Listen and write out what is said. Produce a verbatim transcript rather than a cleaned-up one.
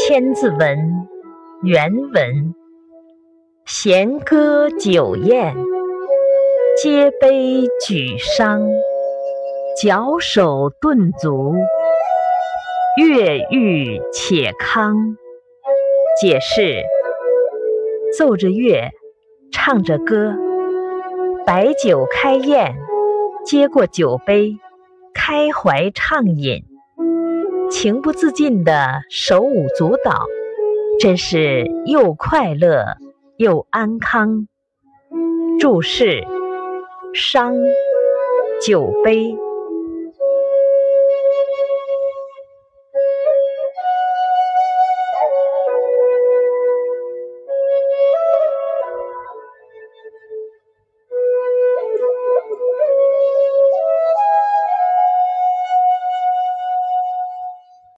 千字文原文：弦歌酒宴，皆杯举觞，矫首顿足，乐欲且康。解释：奏着乐，唱着歌，摆酒开宴，接过酒杯，开怀畅饮，情不自禁地手舞足蹈，真是又快乐又安康。注释：觞，酒杯。